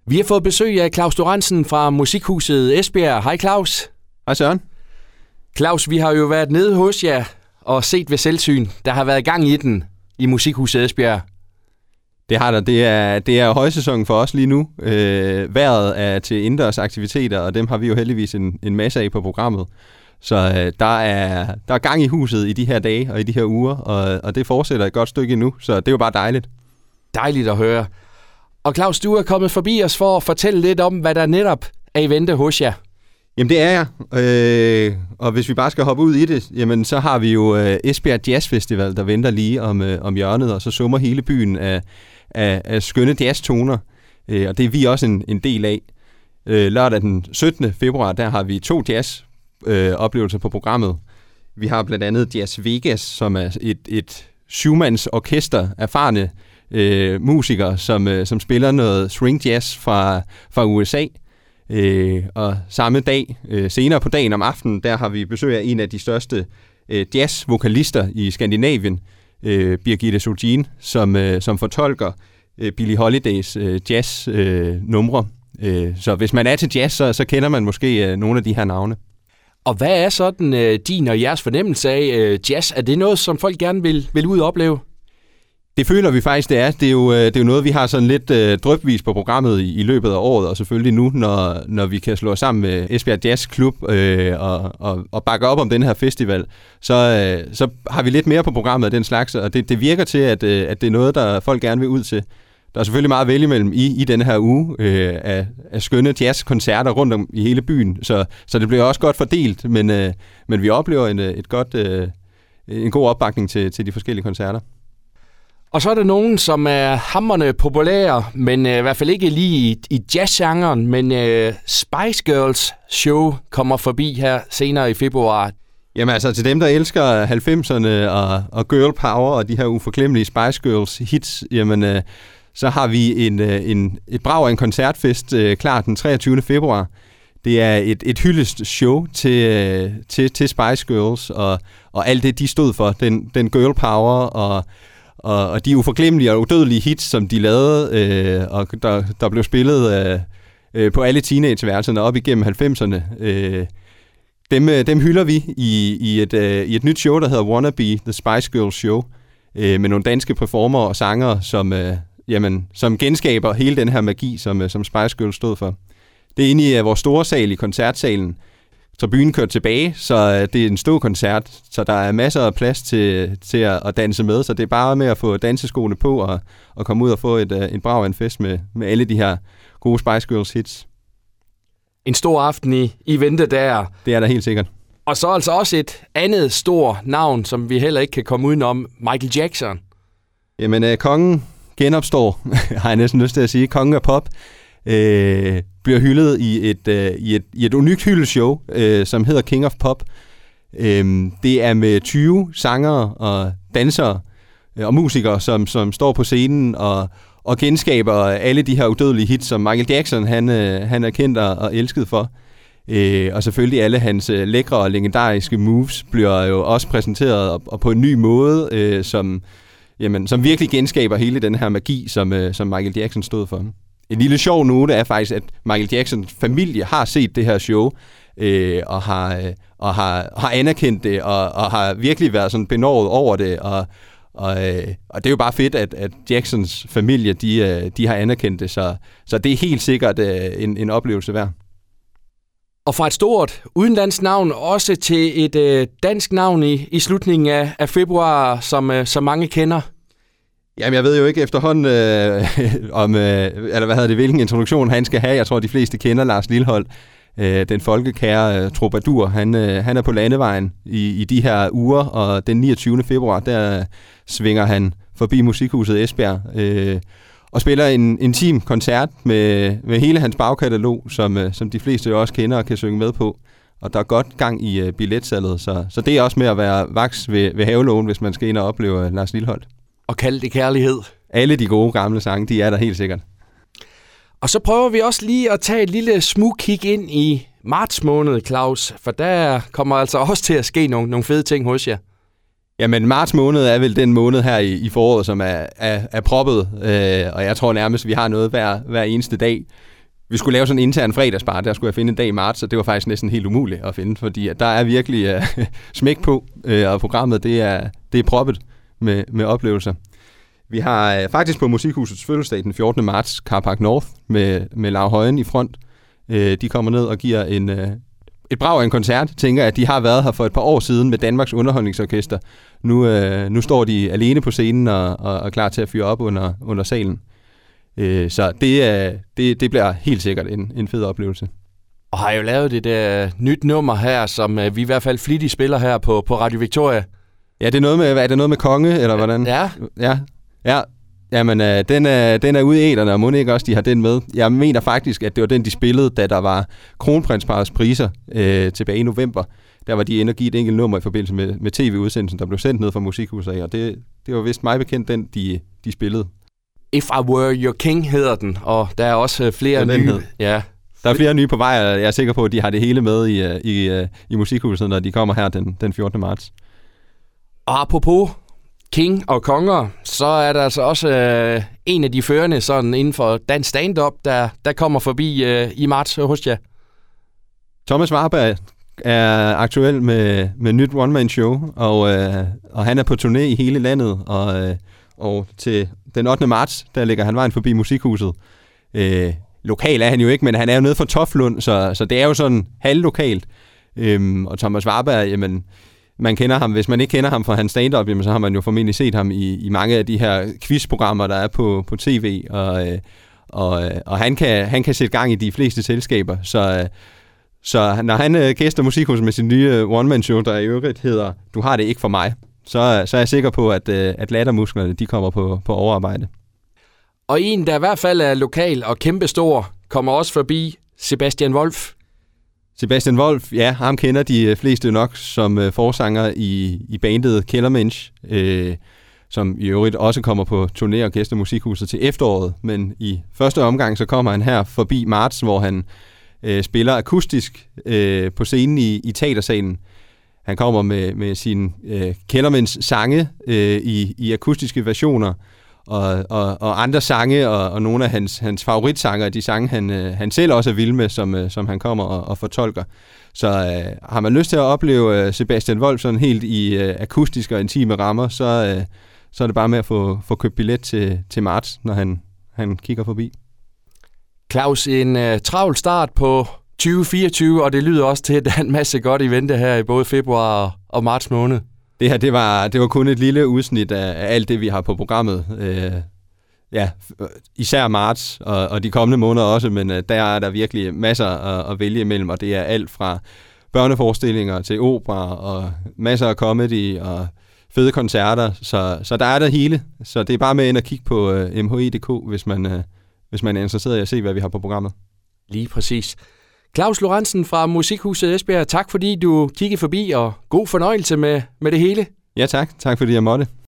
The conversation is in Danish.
Vi har fået besøg af Claus Lorentzen fra Musikhuset Esbjerg. Hej Claus. Hej Søren. Claus, vi har jo været nede hos jer og set ved selvsyn. Der har været gang i den i Musikhuset Esbjerg. Det har der. Det er højsæsonen for os lige nu. Vejret er til indendørs aktiviteter, og dem har vi jo heldigvis en masse af på programmet. Så der er gang i huset i de her dage og i de her uger, og det fortsætter et godt stykke endnu, så det er jo bare dejligt. Dejligt at høre. Og Claus, du er kommet forbi os for at fortælle lidt om, hvad der netop er i vente hos jer. Jamen det er jeg, og hvis vi bare skal hoppe ud i det, jamen så har vi jo Esbjerg Jazz Festival, der venter lige om hjørnet, og så summer hele byen af skønne jazztoner, og det er vi også en del af. Lørdag den 17. februar, der har vi 2 jazz-oplevelser på programmet. Vi har blandt andet Jazz Vegas, som er et syvmands orkester, erfarne musikere, som spiller noget swing jazz fra USA. Og samme dag, senere på dagen om aftenen, der har vi besøg af en af de største jazzvokalister i Skandinavien, Birgitte Sogin, som fortolker Billie Holidays jazz-numre. Så hvis man er til jazz, så kender man måske nogle af de her navne. Og hvad er sådan din og jeres fornemmelse af jazz? Er det noget, som folk gerne vil ud og opleve? Det føler vi faktisk, det er. Det er jo noget, vi har sådan lidt drypvis på programmet i løbet af året, og selvfølgelig nu, når vi kan slå os sammen med Esbjerg Jazz Club og bakke op om den her festival, så har vi lidt mere på programmet af den slags, og det virker til, at det er noget, der folk gerne vil ud til. Der er selvfølgelig meget at vælge imellem i denne her uge af skønne jazzkoncerter rundt om i hele byen, så det bliver også godt fordelt, men vi oplever en god opbakning til de forskellige koncerter. Og så er der nogen, som er hamrende populære, men i hvert fald ikke lige i jazzgenren, men Spice Girls show kommer forbi her senere i februar. Jamen altså til dem, der elsker 90'erne og girl power og de her uforglemmelige Spice Girls hits, jamen så har vi et brag af en koncertfest klar den 23. februar. Det er et hyldest show til Spice Girls og alt det, de stod for. Den girl power og de uforglemmelige og udødelige hits, som de lavede, og der blev spillet på alle teenageværelserne op igennem 90'erne. Dem hylder vi i et nyt show, der hedder Wannabe, The Spice Girls Show, med nogle danske performer og sangere, som genskaber hele den her magi, som Spice Girls stod for. Det er inde i vores store sal i koncertsalen. Tribunen kørt tilbage, så det er en stor koncert, så der er masser af plads til at danse med, så det er bare med at få danseskoene på og komme ud og få en brag af en fest med alle de her gode Spice Girls hits. En stor aften i vente der. Det er der helt sikkert. Og så altså også et andet stort navn, som vi heller ikke kan komme udenom, Michael Jackson. Jamen, kongen genopstår, har jeg næsten lyst til at sige. Kongen af pop bliver hyldet i et unikt hyldeshow, som hedder King of Pop. Det er med 20 sangere og dansere og musikere, som står på scenen og genskaber alle de her udødelige hits, som Michael Jackson han er kendt og elsket for. Og selvfølgelig alle hans lækre og legendariske moves bliver jo også præsenteret og på en ny måde, som virkelig genskaber hele den her magi, som Michael Jackson stod for. En lille sjov note er faktisk, at Michael Jacksons familie har set det her show, og har anerkendt det, og har virkelig været sådan benådet over det, og det er jo bare fedt, at Jacksons familie, de har anerkendt det, så det er helt sikkert en oplevelse værd. Og fra et stort udenlandsk navn også til et dansk navn i slutningen af februar, som mange kender. Jamen, jeg ved jo ikke efterhånden, hvilken introduktion han skal have. Jeg tror, de fleste kender Lars Lilholt, den folkekære troubadour. Han er på landevejen i de her uger, og den 29. februar, der svinger han forbi Musikhuset Esbjerg og spiller en intim koncert med hele hans bagkatalog, som de fleste jo også kender og kan synge med på. Og der er godt gang i billetsalget, så det er også med at være vaks ved havelågen, hvis man skal ind og opleve Lars Lilholt. Og kalde det kærlighed. Alle de gode gamle sange, de er der helt sikkert. Og så prøver vi også lige at tage et lille smugkig ind i marts måned, Claus, for der kommer altså også til at ske nogle fede ting hos jer. Jamen, marts måned er vel den måned her i foråret, som er proppet, og jeg tror nærmest, vi har noget hver eneste dag. Vi skulle lave sådan en intern fredagsbar, der skulle jeg finde en dag i marts, og det var faktisk næsten helt umuligt at finde, fordi at der er virkelig smæk på, og programmet det er proppet med oplevelser. Vi har faktisk på Musikhusets fødselsdag den 14. marts Carpark North med Lav Højen i front. De kommer ned og giver et brag af en koncert. Tænker, at de har været her for et par år siden med Danmarks Underholdningsorkester. Nu står de alene på scenen og er klar til at fyre op under salen. Så det bliver helt sikkert en fed oplevelse. Og har jo lavet et nyt nummer her, som vi i hvert fald flittigt spiller her på Radio Victoria. Ja, det er noget med konge, eller hvordan? Ja. Jamen, den er ude i æterne, og må ikke også, de har den med. Jeg mener faktisk, at det var den, de spillede, da der var Kronprinsparrets priser tilbage i november. Der var de inde og give et enkelt nummer i forbindelse med tv-udsendelsen, der blev sendt ned fra Musikhuset, og det var vist mig bekendt, den de spillede. If I Were Your King hedder den, og der er også flere nye. Ja. Der er flere nye på vej, og jeg er sikker på, at de har det hele med i Musikhuset, når de kommer her den 14. marts. Og apropos King og konger, så er der altså også en af de førende sådan inden for dansk stand-up, der kommer forbi i marts hos jer. Thomas Warberg er aktuel med nyt one-man-show, og han er på turné i hele landet, og til den 8. marts, der ligger han vejen forbi Musikhuset. Lokal er han jo ikke, men han er jo nede fra Toflund, så det er jo sådan halvlokalt. Og Thomas Warberg, jamen, man kender ham. Hvis man ikke kender ham fra hans stand-up, jamen, så har man jo formentlig set ham i mange af de her quizprogrammer, der er på tv, og han kan sætte gang i de fleste selskaber. Så når han gæster Musikhuset med sin nye one-man-show, der i øvrigt hedder Du har det ikke for mig, så er jeg sikker på, at lattermusklerne de kommer på overarbejde. Og en, der i hvert fald er lokal og kæmpestor, kommer også forbi, Sebastian Wolf. Sebastian Wolf, ja, ham kender de fleste nok som forsanger i bandet Kellermensch, som i øvrigt også kommer på turné og gæster Musikhuset til efteråret. Men i første omgang, så kommer han her forbi marts, hvor han spiller akustisk på scenen i teatersalen. Han kommer med sin Kellermensch sange i akustiske versioner, og andre sange, og nogle af hans favoritsanger, de sange, han selv også er vild med, som han kommer og fortolker. Så har man lyst til at opleve Sebastian Wolf sådan helt i akustiske og intime rammer, så er det bare med at få købt billet til marts, når han kigger forbi. Claus, en travl start på 2024, og det lyder også til, at der er en masse godt i vente her i både februar og marts måned. Det her, det var kun et lille udsnit af alt det, vi har på programmet. Især marts og de kommende måneder også, men der er der virkelig masser at vælge imellem, og det er alt fra børneforestillinger til opera og masser af comedy og fede koncerter, så der er der hele. Så det er bare med ind og kigge på mhi.dk, hvis man er interesseret i at se, hvad vi har på programmet. Lige præcis. Claus Lorentzen fra Musikhuset Esbjerg, tak fordi du kiggede forbi, og god fornøjelse med det hele. Ja tak. Tak fordi jeg måtte.